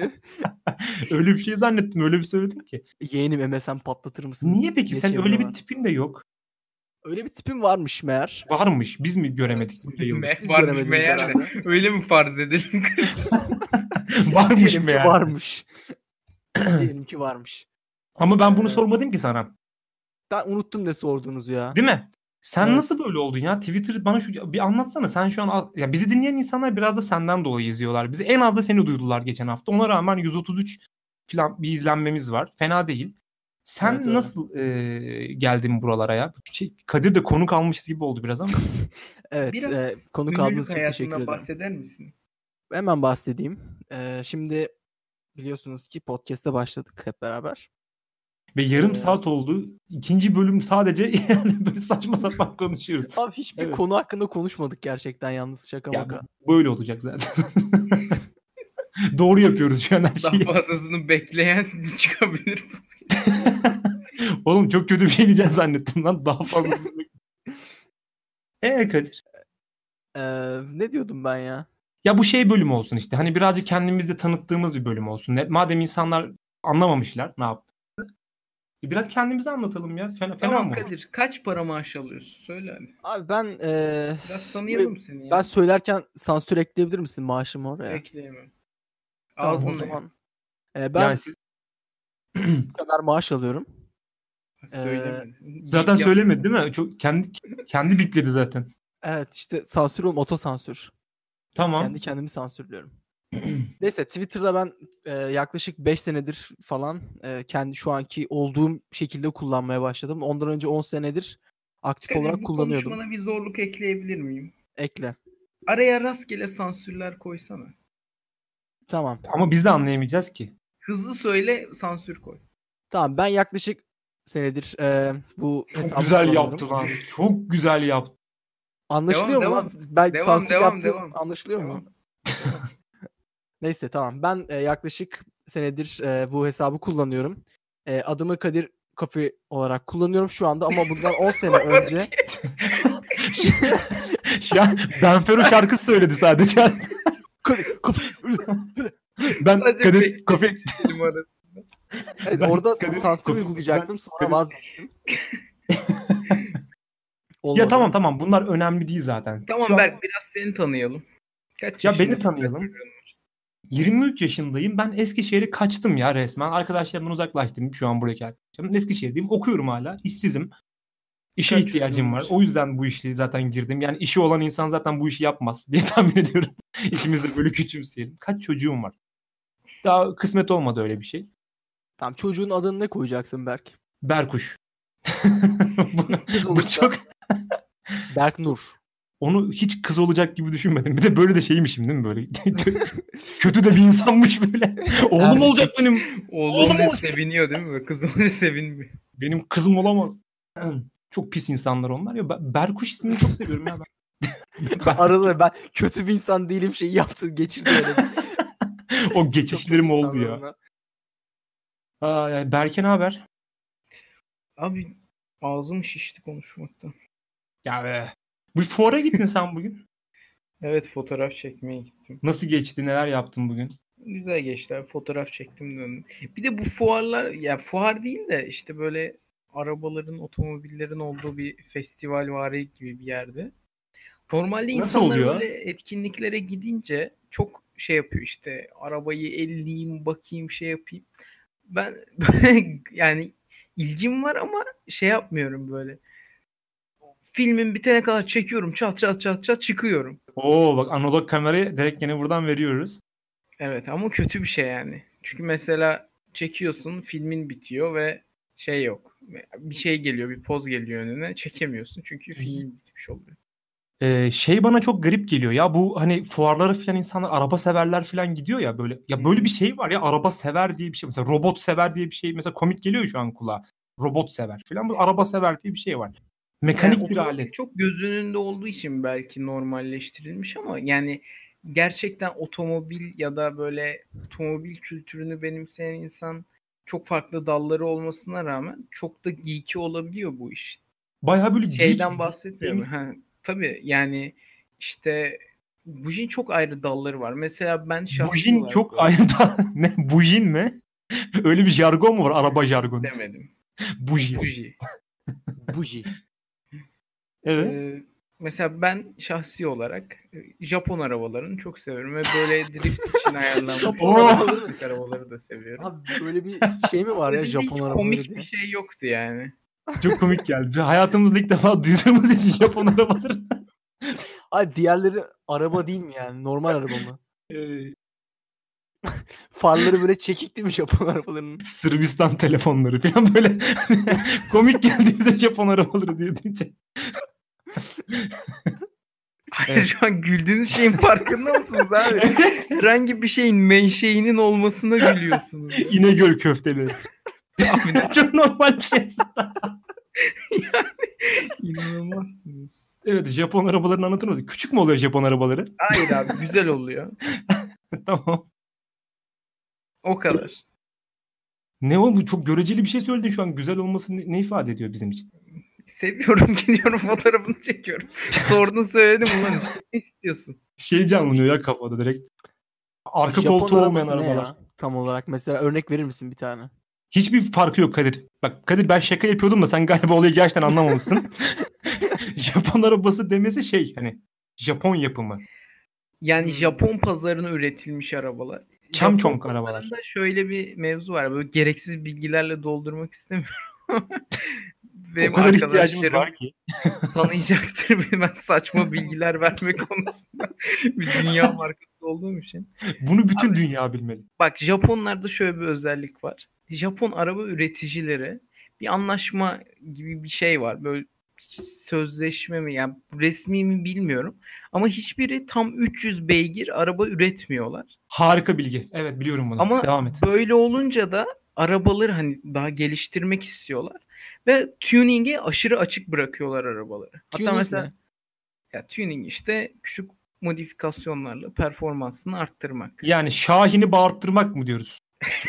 Öyle bir şey zannettim. Öyle bir söyledin ki. Yeğenim MSN patlatır mısın? Niye peki diye sen öyle bir çeviriyorlar. tipin de yok. Öyle bir tipim varmış meğer. Varmış. Biz mi göremedik? bunca yıldır? Siz Varmış göremediniz meğer de. herhalde. Öyle mi farz edelim? Varmış Diyelim ki meğer. varmış. Diyelim ki varmış. Ama ben bunu sormadım ki sana. Ben unuttum ne sorduğunuzu ya. Değil mi? Sen Evet. nasıl böyle oldun ya? Twitter bana bir anlatsana. Sen şu an ya bizi dinleyen insanlar biraz da senden dolayı izliyorlar. Bizi en az da seni duydular geçen hafta. Ona rağmen 133 falan bir izlenmemiz var. Fena değil. Sen Evet, öyle. nasıl geldin buralara ya? Kadir de konuk almışız gibi oldu biraz ama. Evet, Biraz konuk aldığınız ünlülük için teşekkür hayatından ederim. bahseder misin? Hemen bahsedeyim. Şimdi biliyorsunuz ki podcast'e başladık hep beraber. Ve yarım saat oldu. İkinci bölüm sadece yani böyle saçma sapan konuşuyoruz. Abi hiçbir Evet. konu hakkında konuşmadık gerçekten, yalnız şaka Ya maka. böyle olacak zaten. Doğru yapıyoruz şu an her Daha şeyi. fazlasını bekleyen çıkabilir. Oğlum çok kötü bir şey diyeceğim zannettim lan. Daha fazlasını Kadir. Ne diyordum ben ya? Ya bu şey bölüm olsun işte. Hani birazcık kendimizde tanıttığımız bir bölüm olsun. Madem insanlar anlamamışlar ne yaptı. Biraz kendimizi anlatalım ya. Fena Tamam mı? Kadir, kaç para maaş alıyorsun? Söyle hadi. Abi ben Biraz tanıyalım seni ya. ben söylerken sansür ekleyebilir misin maaşımı oraya? Ekleyemem. Tamam, Ağzınla o yap. zaman. Ben Yani siz bu kadar maaş alıyorum. Söylemedi. zaten Yap- söylemedi değil mi? Çok kendi bipledi zaten. Evet, işte sansür olma, otosansür. Tamam. Kendi kendimi sansürlüyorum. Neyse, Twitter'da ben yaklaşık 5 senedir falan kendi şu anki olduğum şekilde kullanmaya başladım. Ondan önce 10 senedir aktif Kadir, olarak bu kullanıyordum. konuşmana bir zorluk ekleyebilir miyim? Ekle. Araya rastgele sansürler koysana. Tamam. Ama biz de anlayamayacağız ki. Hızlı söyle, sansür koy. Tamam, ben yaklaşık senedir bu Çok hesabı güzel kullanıyorum. yaptı lan. Çok güzel yaptı. Anlaşılıyor Devam, mu lan? Ben devam, sansür devam, yaptığım devam. anlaşılıyor Devam. mu? Neyse, tamam. Ben yaklaşık senedir bu hesabı kullanıyorum. Adımı Kadir Kafe olarak kullanıyorum şu anda, ama bundan 10 sene önce Ya Benfero şarkı söyledi sadece. Ben Sadece Kadir bekle. Kafe evet, Ben orada Kadir- sansür Kadir- uygulayacaktım, sonra Kadir- vazgeçtim. Ya Olmadı. tamam bunlar önemli değil zaten. Tamam Şu an- Berk, biraz seni tanıyalım. Kaç Ya beni yaşındasın? tanıyalım. 23 yaşındayım. Ben Eskişehir'e kaçtım ya resmen. Arkadaşlarımdan uzaklaştım şu an buradaki arkadaşlarım. Eskişehir'deyim. Okuyorum hala. İşsizim. İşe Kaç ihtiyacım çocuğun var. var? O yüzden bu işe zaten girdim. Yani işi olan insan zaten bu işi yapmaz diye tahmin ediyorum. İkimiz de böyle küçümseyelim. Kaç çocuğum var? Daha kısmet olmadı öyle bir şey. Tamam, çocuğun adını ne koyacaksın Berk? Berkuş. Kız bu olursa- çok Berk Nur. onu hiç kız olacak gibi düşünmedim. Bir de böyle de şeymişim değil mi böyle? Kötü de bir insanmış böyle. Oğlum Erkek. olacak benim. Oğlum Oğlum ne olacak. seviniyor değil mi? Kız olunca sevinmiyor. Benim kızım olamaz. Çok pis insanlar onlar ya. Berkuş ismini çok seviyorum ya ben. Arada ben kötü bir insan değilim şeyi yaptı geçirdi öyle. O Çok geçişlerim kötü oldu insanlar ya. onlar. Yani Berke ne haber? Abi ağzım şişti konuşmaktan. Ya be. Bu fuara gittin sen bugün. Evet, fotoğraf çekmeye gittim. Nasıl geçti? Neler yaptın bugün? Güzel geçti abi. Fotoğraf çektim, döndüm. Bir de bu fuarlar, ya fuar değil de işte böyle arabaların, otomobillerin olduğu bir festivalvari gibi bir yerde. Normalde Nasıl insanlar oluyor? böyle etkinliklere gidince çok şey yapıyor, işte arabayı elleyeyim, bakayım, şey yapayım. Ben böyle yani ilgim var ama şey yapmıyorum böyle. Filmin bitene kadar çekiyorum, çat çat çat çat çıkıyorum. Oo bak, analog kamerayı direkt yine buradan veriyoruz. Evet ama kötü bir şey yani. Çünkü mesela çekiyorsun, filmin bitiyor ve şey yok. Bir şey geliyor, bir poz geliyor önüne, çekemiyorsun çünkü film bitmiş oluyor. Şey bana çok garip geliyor ya, bu hani fuarlara falan insanlar, araba severler falan gidiyor ya böyle. Ya böyle bir şey var ya, araba sever diye bir şey. Mesela robot sever diye bir şey mesela komik geliyor şu an kulağa. Robot sever falan. Bu araba sever diye bir şey var. Mekanik Yani bir otomobil alet. çok göz önünde olduğu için belki normalleştirilmiş ama yani gerçekten otomobil ya da böyle otomobil kültürünü benimseyen insan çok farklı dalları olmasına rağmen çok da geeky olabiliyor bu iş. Bayağı böyle geek Şeyden bahsetmiyorum. bildiğimiz- Ha, tabii yani işte bujin çok ayrı dalları var. Mesela ben şahsi Bujin olarak çok böyle aynı ne? Bujin mi? Öyle bir jargon mu var? Araba jargonu. demedim. Bujin. Buji. Buji. Evet. Mesela ben şahsi olarak Japon arabalarını çok seviyorum ve böyle drift için ayarlanmış Japon arabaları arabaları da seviyorum. Abi böyle bir şey mi var ya Dedim, Japon hiç arabaları komik diye? bir şey yoktu yani. Çok komik geldi. Hayatımızda ilk defa duyduğumuz için Japon arabaları. Abi diğerleri araba değil mi yani? Normal araba mı? Ee, Farları böyle çekik değil mi Japon arabalarının? Sırbistan telefonları falan böyle komik geldi bize Japon arabaları diye deyince. Hayır, Evet. şu an güldüğünüz şeyin farkında mısınız abi? Evet. Herhangi bir şeyin menşeinin olmasına gülüyorsunuz. İnegöl köfteleri. Abi ne Çok normal bir şey. inanılmazsınız. Evet, Japon arabalarını anlatır mısın? Küçük mü oluyor Japon arabaları? Hayır abi, güzel oluyor. Tamam. O kadar. Ne o, bu çok göreceli bir şey söyledin şu an. Güzel olması ne ifade ediyor bizim için? Seviyorum, gidiyorum fotoğrafını çekiyorum. Sordun, söyledim, ulan işte ne istiyorsun? Şey canlanıyor ya kafada direkt. Arka Japon koltuğu olmayan arabası ne arabalar. ya? Tam olarak mesela örnek verir misin bir tane? Hiçbir farkı yok Kadir. Bak Kadir, ben şaka yapıyordum da sen galiba olayı gerçekten anlamamışsın. Japon arabası demesi şey, hani Japon yapımı. Yani Japon pazarına üretilmiş arabalar. Çamçong Japon arabalar. pazarında şöyle bir mevzu var. Böyle gereksiz bilgilerle doldurmak istemiyorum. Benim O kadar ihtiyacımız arkadaşlarım var ki. tanıyacaktır ben saçma bilgiler verme konusunda bir dünya markası olduğum için. Bunu bütün dünya bilmeli. Bak, Japonlarda şöyle bir özellik var. Japon araba üreticileri bir anlaşma gibi bir şey var. Böyle sözleşme mi, yani resmi mi bilmiyorum. Ama hiçbiri tam 300 beygir araba üretmiyorlar. Harika bilgi. Evet, biliyorum bunu. Ama Devam et. böyle olunca da arabaları hani daha geliştirmek istiyorlar. Ve tuning'e aşırı açık bırakıyorlar arabaları. Hatta Tuning mesela ne? ya tuning işte küçük modifikasyonlarla performansını arttırmak. Yani Şahin'i bağırttırmak mı diyoruz?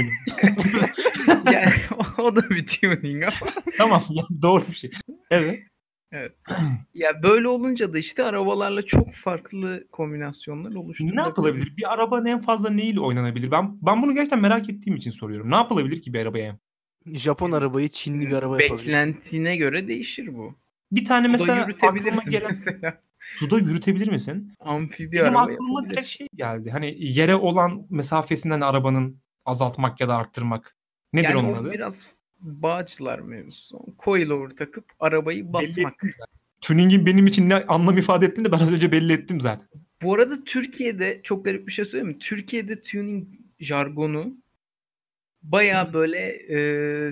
Yani o da bir tuning ama. Tamam ya, doğru bir şey. Evet. Ya böyle olunca da işte arabalarla çok farklı kombinasyonlar Ne oluşturulabiliyor. yapılabilir? Bir arabanın en fazla neyle oynanabilir? Ben bunu gerçekten merak ettiğim için soruyorum. Ne yapılabilir ki bir arabaya? Japon arabayı Çinli bir araba yapabilirsin. Beklentine göre değişir bu. Bir tane Suda mesela aklıma yürütebilirsin gelen, mesela. suda yürütebilir misin? Amfibi Benim araba aklıma yapabilirsin. direkt şey geldi. Hani yere olan mesafesinden arabanın azaltmak ya da arttırmak. Nedir Yani onun o adı? biraz bağcılar mevzusu. Coilover takıp arabayı Belli basmak. ettim zaten. Tuning'in benim için ne anlam ifade ettiğini ben az önce belli ettim zaten. Bu arada Türkiye'de çok garip bir şey söyleyeyim mi? Türkiye'de tuning jargonu baya böyle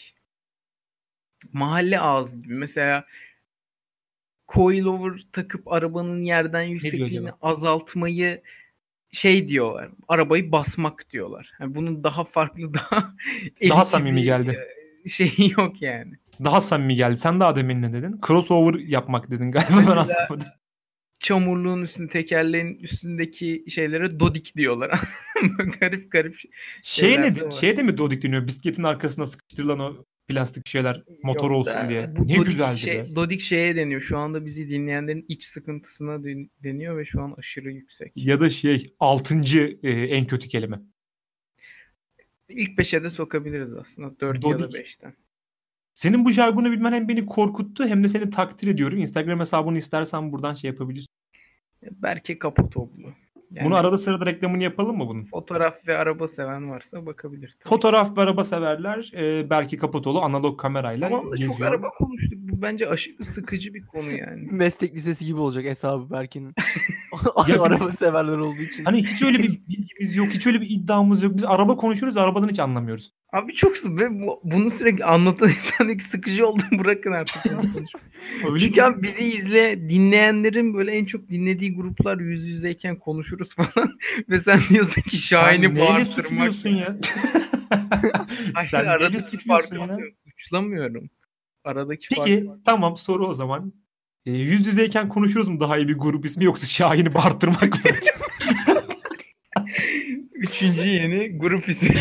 mahalle ağzı gibi. Mesela coilover takıp arabanın yerden yüksekliğini acaba? azaltmayı şey diyorlar. Arabayı basmak diyorlar. Yani bunun daha farklı, daha elit samimi bir geldi. şeyi yok yani. Daha samimi geldi. Sen daha demin ne dedin? Crossover yapmak dedin galiba. Ben Mesela anlamadım. çamurluğun üstünde, tekerleğin üstündeki şeylere dodik diyorlar. Garip garip şeyler de var. Şeye de mi dodik deniyor? Bisikletin arkasına sıkıştırılan o plastik şeyler motor Yok olsun da diye. bu Ne dodik güzeldi be. dodik şeye deniyor. Şu anda bizi dinleyenlerin iç sıkıntısına deniyor ve şu an aşırı yüksek. Ya da 6. En kötü kelime. İlk 5'e de sokabiliriz aslında. 4 ya da Dodik. 5'ten. Senin bu jargonu bilmen hem beni korkuttu hem de seni takdir ediyorum. Instagram hesabını istersen buradan şey yapabilirsin. Berke Kaputoğlu. Yani Bunu arada sırada reklamını yapalım mı bunun? fotoğraf ve araba seven varsa bakabilir. Tabii. Fotoğraf ve araba severler. Berke Kaputoğlu analog kamerayla Tamam da çok geziyor. araba konuştuk. Bu bence aşırı sıkıcı bir konu yani. Meslek lisesi gibi olacak hesabı Berke'nin. Ya- Araba severler olduğu için. Hani hiç öyle bir bilgimiz yok, hiç öyle bir iddiamız yok. Biz araba konuşuyoruz, arabadan hiç anlamıyoruz. Abi çok ve bunu sürekli anlatan insanın sıkıcı olduğunu bırakın artık. Öyle Çünkü abi bizi dinleyenlerin böyle en çok dinlediği gruplar yüz yüzeyken konuşuruz falan. Ve sen diyorsun ki Şahin'i Sen neyle bağırtırmak. suçluyorsun ya? Hayır, Sen arada neyle bir suçluyorsun fark ya? yok. Suçlamıyorum. Aradaki Peki fark. tamam, soru o zaman. Yüz yüzeyken konuşuyoruz mu daha iyi bir grup ismi, yoksa Şahin'i bağırtırmak mı? Üçüncü yeni grup ismi.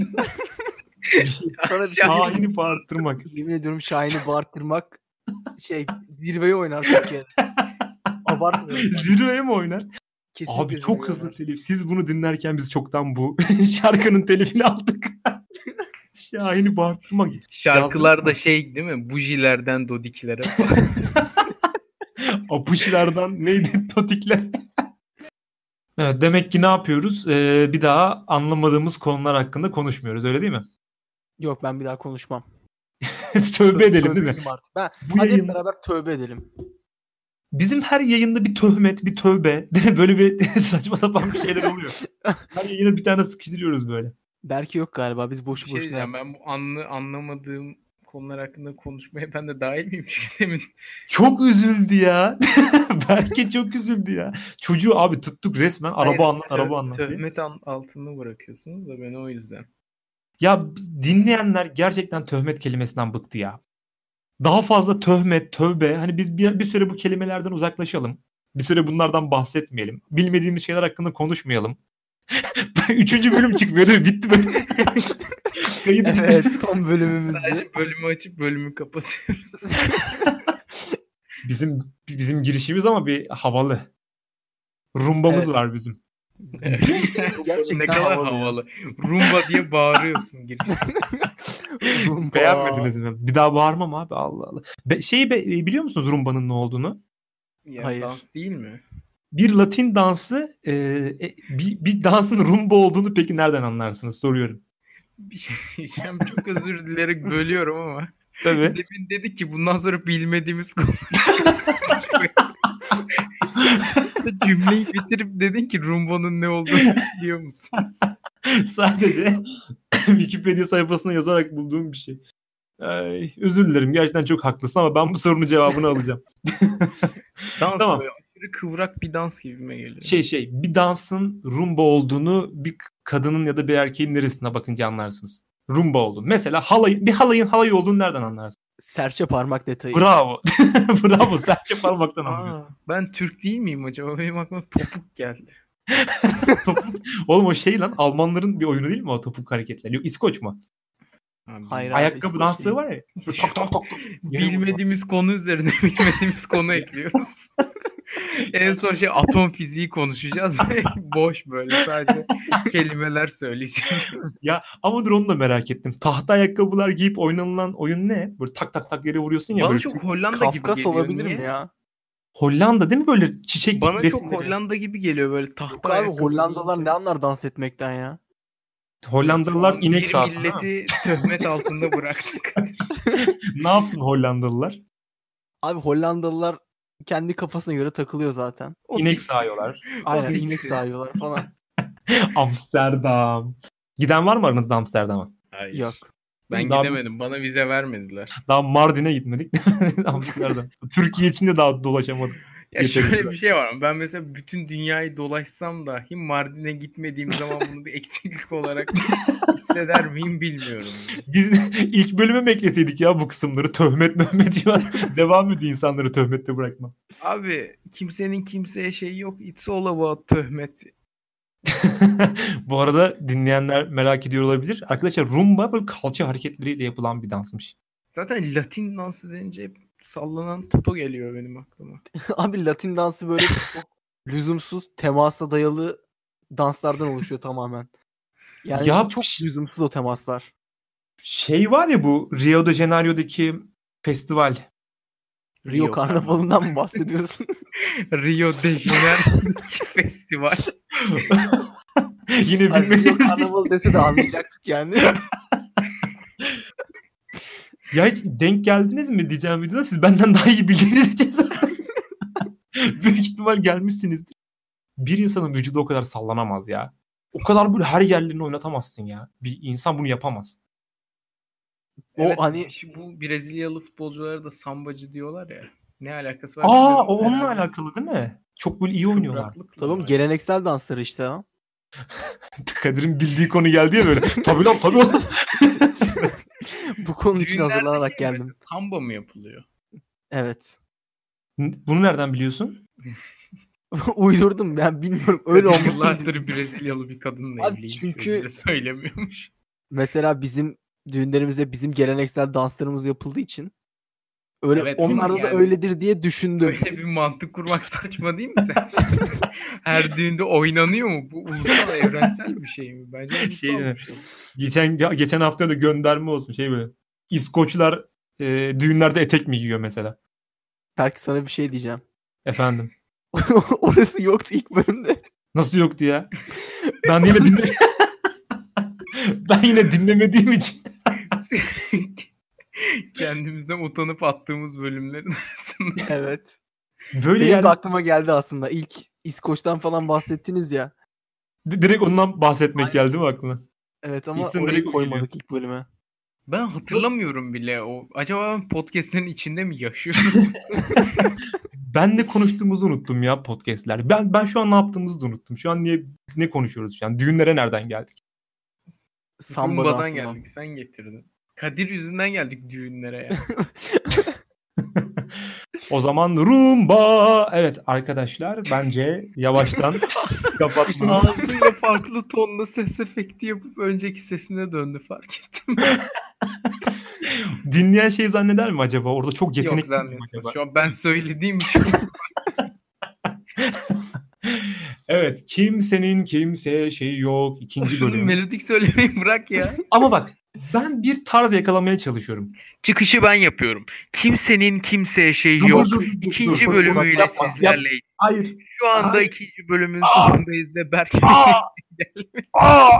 Sana bir şey Şahin'i bağırtırmak. yemin ediyorum Şahin'i bağırttırmak zirveyi oynar Türkiye'de. Abartmıyorum. Zirveye mi oynar? Kesinlikle Abi çok zirveyi hızlı oynar. telif. Siz bunu dinlerken biz çoktan bu şarkının telifini aldık. Şahin'i bağırtırmak. Şarkılar da şey değil mi? Bujilerden dodikilere falan. Apışlardan neydi? Totikler. Evet, demek ki ne yapıyoruz? Bir daha anlamadığımız konular hakkında konuşmuyoruz, öyle değil mi? Yok, ben bir daha konuşmam. Tövbe edelim değil mi? Tövbeyim artık. Bu Hadi yayın- hep beraber tövbe edelim. Bizim her yayında bir töhmet, bir tövbe, değil mi? Böyle bir saçma sapan bir şeyler oluyor. Her yayına bir tane sıkıştırıyoruz böyle. Belki yok galiba. Biz Bir boşu şey boşuna diyeceğim, yaptık. ben bu anlamadığım konular hakkında konuşmaya ben de dahil miyim? Çünkü demin Çok üzüldü ya. Berke çok üzüldü ya. Çocuğu abi tuttuk resmen. Araba anlat, araba anlat diye. Töhmet altında bırakıyorsunuz da beni o yüzden. Ya dinleyenler gerçekten töhmet kelimesinden bıktı ya. Daha fazla töhmet, tövbe. Hani biz bir süre bu kelimelerden uzaklaşalım. Bir süre bunlardan bahsetmeyelim. Bilmediğimiz şeyler hakkında konuşmayalım. 3. bölüm çıkmıyor değil mi? Bitti böyle. Kayıt Evet, son bölümümüzde. Sadece bölümü açıp bölümü kapatıyoruz. Bizim girişimiz ama bir havalı. Rumbamız Evet. var bizim. Gerçekten ne kadar havalı ya. havalı. Rumba diye bağırıyorsun girişte. Rumba. Beğenmediniz mi? Bir daha bağırmam abi, Allah Allah. Biliyor musunuz rumbanın ne olduğunu? Ya, Hayır. dans değil mi? Bir Latin dansı, bir dansın rumba olduğunu peki nereden anlarsınız, soruyorum. Bir şey diyeceğim. Çok özür dilerim, bölüyorum ama. Tabii. Demin dedik ki bundan sonra bilmediğimiz konu. Cümleyi bitirip dedin ki rumbanın ne olduğunu biliyor musunuz? Sadece Wikipedia sayfasına yazarak bulduğum bir şey. Ay, özür dilerim, gerçekten çok haklısın ama ben bu sorunun cevabını alacağım. Dans Tamam. böyle aşırı kıvrak bir dans gibime geliyor. Bir dansın rumba olduğunu bir kadının ya da bir erkeğin neresine bakınca anlarsınız. Rumba olduğunu. Mesela bir halayın halay olduğunu nereden anlarsın? Serçe parmak detayı. Bravo. Bravo. Serçe parmaktan anlıyorsun. Ben Türk değil miyim acaba? Benim aklıma topuk geldi. Topuk. Oğlum o şey lan, Almanların bir oyunu değil mi o topuk hareketler? Yok, İskoç mu? Abi, Hayır abi, Ayakkabı İskoç dansları değil. var ya. Böyle tak tak tak. bilmediğimiz konu üzerine bilmediğimiz konu ekliyoruz. En son atom fiziği konuşacağız. Boş böyle sadece kelimeler söyleyeceğiz. Ya ama dur, onu da merak ettim. Tahta ayakkabılar giyip oynanılan oyun ne? Böyle tak tak tak yere vuruyorsun ya. Bana Böyle çok Hollanda gibi Kafkas geliyor. olabilir Niye? mi ya? Hollanda değil mi, böyle çiçek Bana çok resimleri? Hollanda gibi geliyor böyle tahta Yok abi, ayakkabı Hollandalılar giyince. ne anlar dans etmekten ya? Hollandalılar Şu an inek bir sağsın ha. milleti töhmet altında bıraktık. Ne yapsın Hollandalılar? Abi Hollandalılar kendi kafasına göre takılıyor zaten. O İnek tipsiz. sağıyorlar. Aynen, tipsiz. inek sağıyorlar falan. Amsterdam. Giden var mı aranızda Amsterdam'a? Hayır. Yok. Ben Daha- gidemedim. Bana vize vermediler. Daha Mardin'e gitmedik. Amsterdam. Türkiye içinde daha dolaşamadık. Ya şöyle Yetenekli. bir şey var ama ben mesela bütün dünyayı dolaşsam dahi Mardin'e gitmediğim zaman bunu bir eksiklik olarak hisseder miyim bilmiyorum. Biz ilk bölüme mi ekleseydik ya bu kısımları? Töhmet ya. Devam ediyor insanları töhmette bırakma. Abi kimsenin kimseye şeyi yok. It's all about töhmet. Bu arada dinleyenler merak ediyor olabilir. Arkadaşlar rumba böyle kalça hareketleriyle yapılan bir dansmış. Zaten Latin dansı denince hep sallanan toto geliyor benim aklıma. Abi Latin dansı böyle çok lüzumsuz temasa dayalı danslardan oluşuyor tamamen. Yani Ya çok lüzumsuz o temaslar. şey var ya bu Rio de Janeiro'daki festival. Rio Karnavalı'ndan mı bahsediyorsun? Rio de Janeiro'daki festival. Yine Rio bilmediğimiz bir Karnavalı dese de anlayacaktık yani. Ya hiç denk geldiniz mi diyeceğim videoda, siz benden daha iyi bildiğiniz için zaten. Büyük ihtimal gelmişsinizdir. Bir insanın vücudu o kadar sallanamaz ya. O kadar böyle her yerlerini oynatamazsın ya. Bir insan bunu yapamaz. Evet, O hani bu Brezilyalı futbolculara da sambacı diyorlar ya. Ne alakası var? Aa, bilmiyorum. o onunla Herhalde alakalı değil mi? Çok böyle iyi oynuyorlar. kıvraklıkla tamam var. geleneksel dansları işte ha. Kadir'in bildiği konu geldi ya böyle. Tabii lan tabii lan. Bu konu için Düğünlerde hazırlanarak şey mi geldim. mesela, samba mı yapılıyor? Evet. Bunu nereden biliyorsun? Uydurdum ben bilmiyorum. Öyle olmasın. Yıllardır Brezilyalı bir kadınla Abi evliymiş. çünkü- Bize söylemiyormuş. Mesela bizim düğünlerimizde bizim geleneksel danslarımız yapıldığı için öyle Evet, onlarda ama da yani- öyledir diye düşündüm. Böyle bir mantık kurmak saçma değil mi sence? Her düğünde oynanıyor mu? Bu ulusal evrensel bir şey mi? Bence ulusal Şey bir şey. Geçen hafta da gönderme olsun şey böyle. İskoçlar düğünlerde etek mi giyiyor mesela? Belki sana bir şey diyeceğim. Efendim. Orası yoktu ilk bölümde. Nasıl yoktu ya? Ben yine ben yine dinlemediğim için. Kendimizden utanıp attığımız bölümlerin arasında. Evet. Böyle Benim yani de aklıma geldi aslında. İlk İskoç'tan falan bahsettiniz ya. direkt ondan bahsetmek Aynen. geldi değil mi aklına? Evet ama İnsan orayı direkt o koymadık ilk bölüme. Ben hatırlamıyorum bile o. Acaba ben podcast'lerin içinde mi yaşıyorum? Ben ne konuştuğumuzu unuttum ya podcast'ler. Ben şu an ne yaptığımızı da unuttum. Şu an ne konuşuyoruz şu an? Düğünlere nereden geldik? Samba Rumba'dan dansından. geldik. Sen getirdin. Kadir yüzünden geldik düğünlere ya. O zaman rumba. Evet arkadaşlar bence yavaştan kapatmalıyız. Ağzıyla farklı tonla ses efekti yapıp önceki sesine döndü fark ettim. Dinleyen şey zanneder mi acaba? Orada çok Yok yetenekli mi zannetmiyorum. acaba? Şu an ben söylediğim için. Evet. Kimsenin kimseye şeyi yok. İkinci Şunu bölüm. melodik söylemeyi bırak ya. Ama bak ben bir tarz yakalamaya çalışıyorum. Çıkışı ben yapıyorum. Kimsenin kimseye şeyi Dur, yok. dur, dur, dur, İkinci dur. bölümüyle Yapma, sizlerleyiz. Hayır. Şu anda Hayır. ikinci bölümün Aa! sonundayız ve Berk Aa! gelmiş. Aa!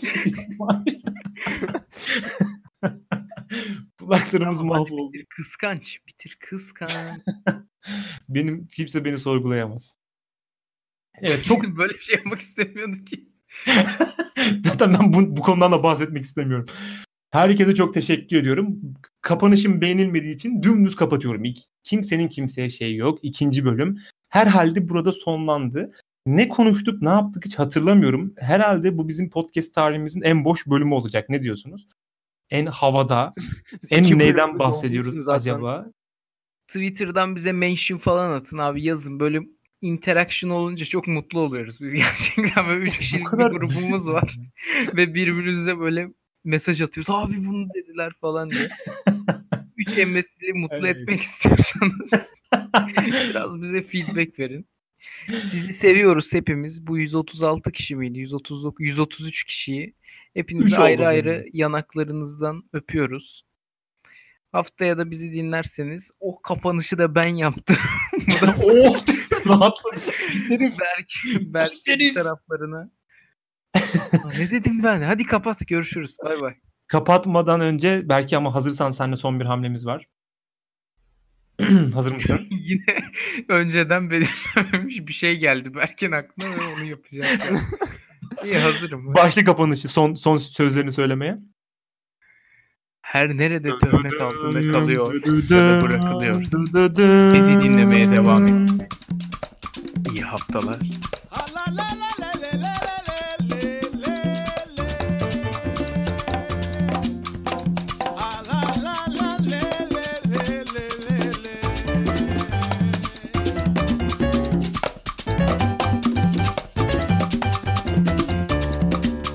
Kulaklarımız mahvoldu. Bitir kıskanç. Bitir kıskanç. Kimse beni sorgulayamaz. Evet çok Böyle bir şey yapmak istemiyordum ki. zaten ben bu konudan da bahsetmek istemiyorum. Herkese çok teşekkür ediyorum. Kapanışım beğenilmediği için dümdüz kapatıyorum. Kimsenin kimseye şeyi yok. İkinci bölüm. Herhalde burada sonlandı. Ne konuştuk, ne yaptık hiç hatırlamıyorum. Herhalde bu bizim podcast tarihimizin en boş bölümü olacak. Ne diyorsunuz? En havada, en İki neyden bölümümüz olduğu bahsediyoruz için zaten- acaba? Twitter'dan bize mention falan atın abi yazın. Böyle interaction olunca çok mutlu oluyoruz biz gerçekten. Böyle 3 kişilik bir grubumuz var. Ve birbirimize böyle mesaj atıyoruz. Abi bunu dediler falan diye. 3 MS'li mutlu Evet. etmek istiyorsanız biraz bize feedback verin. Sizi seviyoruz hepimiz. Bu 136 kişi miydi? 133 kişiyi. Hepinizi Üç oldu ayrı benim. ayrı yanaklarınızdan öpüyoruz. Haftaya da bizi dinlerseniz o kapanışı da ben yaptım. Bu da Oh! Rahatladım. Pislerim. belki bir taraflarına. Ne dedim ben? Hadi kapat. Görüşürüz. Bay bay. Kapatmadan önce belki ama hazırsan seninle son bir hamlemiz var. Hazır mısın? Yine önceden belirlenmemiş bir şey geldi Berk'in aklına ve onu yapacağım. İyi hazırım. Başlı kapanışı son sözlerini söylemeye. her nerede töhmet altında kalıyor ya da bırakılıyor. Bizi dinlemeye devam edin. İyi haftalar.